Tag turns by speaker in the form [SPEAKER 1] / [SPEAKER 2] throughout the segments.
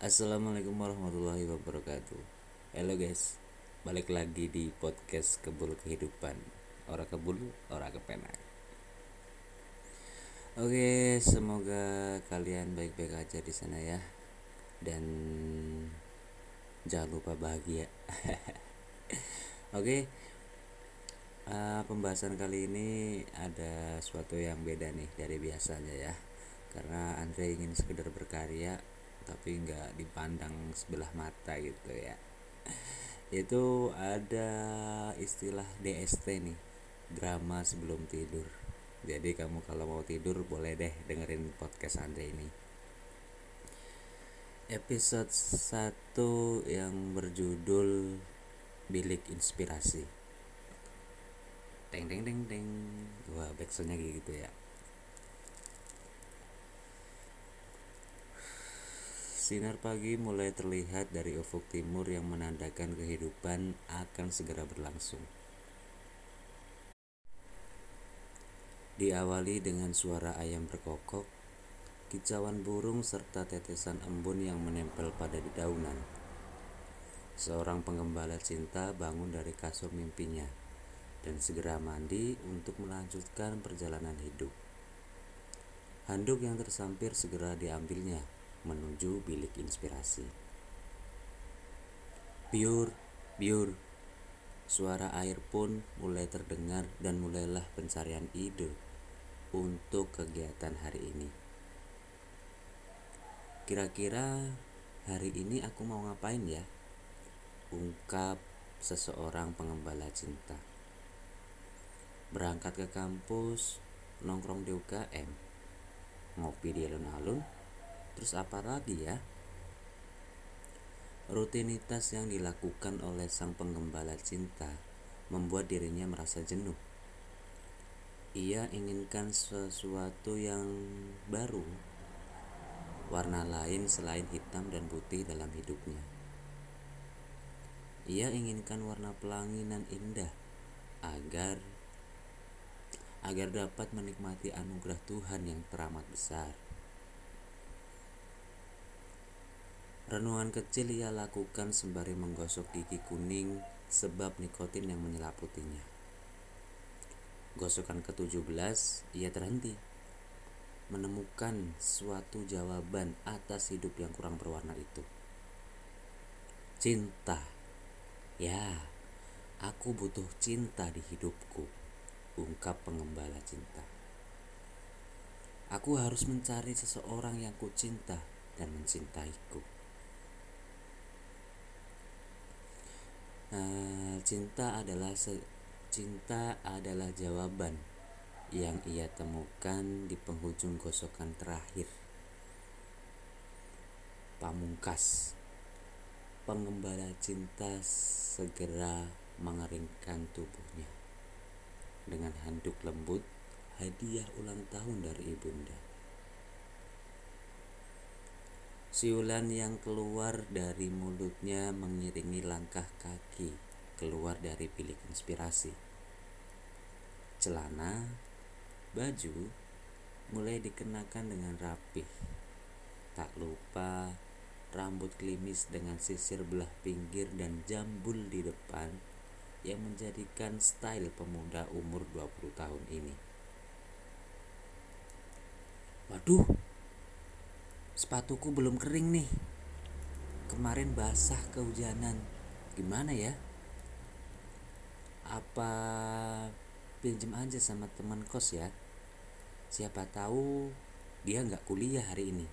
[SPEAKER 1] Assalamualaikum warahmatullahi wabarakatuh. Halo guys, balik lagi di podcast Kebul Kehidupan. Ora kebul, ora kepenak. Oke, semoga kalian baik-baik aja di sana ya. Dan jangan lupa bahagia. Oke, pembahasan kali ini ada sesuatu yang beda nih dari biasanya ya. Karena Andre ingin sekedar berkarya tapi nggak dipandang sebelah mata gitu ya. Itu ada istilah DST nih, drama sebelum tidur. Jadi kamu kalau mau tidur boleh deh dengerin podcast Andre ini. Episode 1 yang berjudul Bilik Inspirasi. Teng teng teng teng. Wah, backsoundnya gitu ya. Sinar pagi mulai terlihat dari ufuk timur yang menandakan kehidupan akan segera berlangsung. Diawali dengan suara ayam berkokok, kicauan burung serta tetesan embun yang menempel pada dedaunan. Seorang penggembala cinta bangun dari kasur mimpinya dan segera mandi untuk melanjutkan perjalanan hidup. Handuk yang tersampir segera diambilnya menuju bilik inspirasi. Biur, biur. Suara air pun mulai terdengar dan mulailah pencarian ide untuk kegiatan hari ini. Kira-kira hari ini aku mau ngapain ya? Ungkap seseorang pengembala cinta. Berangkat ke kampus, nongkrong di UKM, ngopi di alun-alun, terus apa lagi ya? Rutinitas yang dilakukan oleh sang penggembala cinta membuat dirinya merasa jenuh. Ia inginkan sesuatu yang baru, warna lain selain hitam dan putih dalam hidupnya. Ia inginkan warna pelangi dan indah agar dapat menikmati anugerah Tuhan yang teramat besar. Renungan kecil ia lakukan sembari menggosok gigi kuning sebab nikotin yang menyelaputinya. Gosokan ke-17, ia terhenti, menemukan suatu jawaban atas hidup yang kurang berwarna itu. Cinta. Ya, aku butuh cinta di hidupku, ungkap pengembala cinta. Aku harus mencari seseorang yang kucinta dan mencintaiku. Cinta adalah jawaban yang ia temukan di penghujung gosokan terakhir. Pamungkas. Pengembala cinta segera mengeringkan tubuhnya dengan handuk lembut, hadiah ulang tahun dari ibunda. Siulan yang keluar dari mulutnya mengiringi langkah kaki keluar dari bilik inspirasi. Celana, baju mulai dikenakan dengan rapih. Tak lupa rambut klimis dengan sisir belah pinggir dan jambul di depan yang menjadikan style pemuda umur 20 tahun ini. Waduh, sepatuku belum kering nih. Kemarin basah kehujanan. Gimana ya? Apa pinjem aja sama teman kos ya? Siapa tahu dia nggak kuliah hari ini.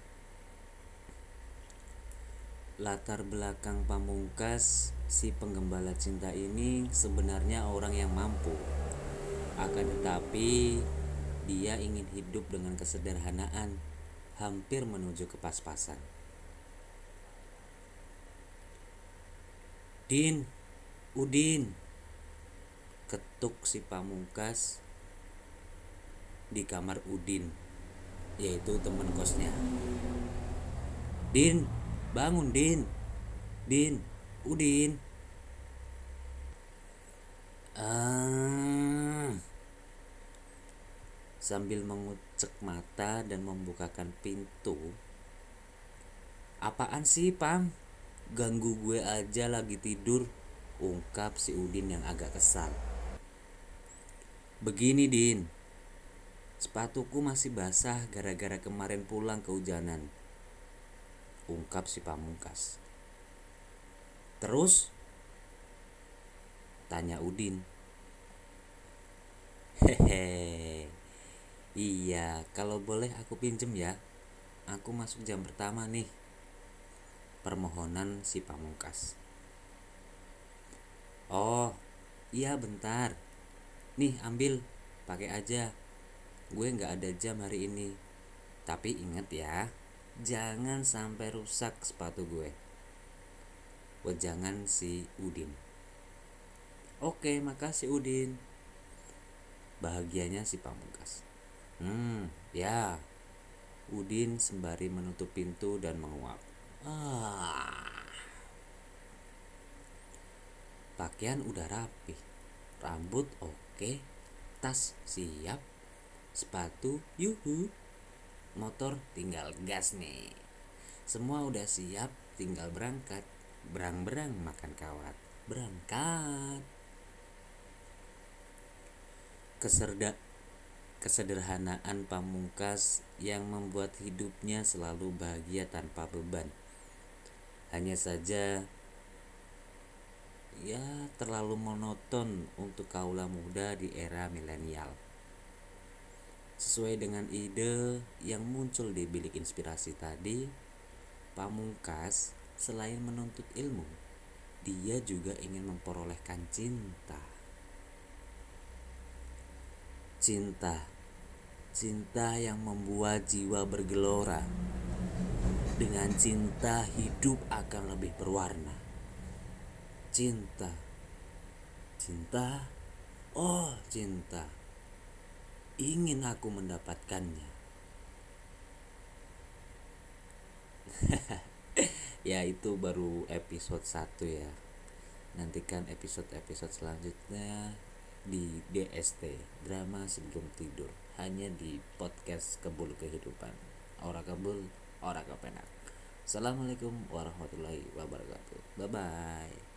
[SPEAKER 1] Latar belakang Pamungkas, si penggembala cinta ini sebenarnya orang yang mampu. Akan tetapi dia ingin hidup dengan kesederhanaan, hampir menuju kepas-pasan. Din, Udin, ketuk si Pamungkas di kamar Udin, yaitu teman kosnya. Din, bangun Din, Din, Udin. Sambil mengucek mata dan membukakan pintu, Apaan sih, Pam? Ganggu gue aja lagi tidur, ungkap si Udin yang agak kesal. Begini, Din. Sepatuku masih basah gara-gara kemarin pulang kehujanan, ungkap si Pamungkas. Terus? Tanya Udin. Hehe. Iya, kalau boleh aku pinjem ya. Aku masuk jam pertama nih. Permohonan si Pamungkas. Oh, iya bentar. Nih ambil, pakai aja. Gue nggak ada jam hari ini. Tapi inget ya, jangan sampai rusak sepatu gue. Wejangan si Udin. Oke, makasih Udin. Bahagianya si Pamungkas. Ya. Udin sembari menutup pintu dan menguap. Pakaian udah rapi, rambut oke, tas siap, sepatu yuhu, motor tinggal gas nih. Semua udah siap, tinggal berangkat. Berang-berang makan kawat. Berangkat. Kesederhanaan Pamungkas yang membuat hidupnya selalu bahagia tanpa beban. Hanya saja ya terlalu monoton untuk kaula muda di era milenial. Sesuai dengan ide yang muncul di bilik inspirasi tadi, Pamungkas selain menuntut ilmu, dia juga ingin memperolehkan cinta. Cinta yang membuat jiwa bergelora. Dengan cinta hidup akan lebih berwarna. Cinta. Oh cinta. Ingin aku mendapatkannya. Ya itu baru episode 1 ya. Nantikan episode-episode selanjutnya di DST, Drama Sebelum Tidur, hanya di podcast Kebul Kehidupan. Ora kebul, ora kepenak. Assalamualaikum warahmatullahi wabarakatuh. Bye bye.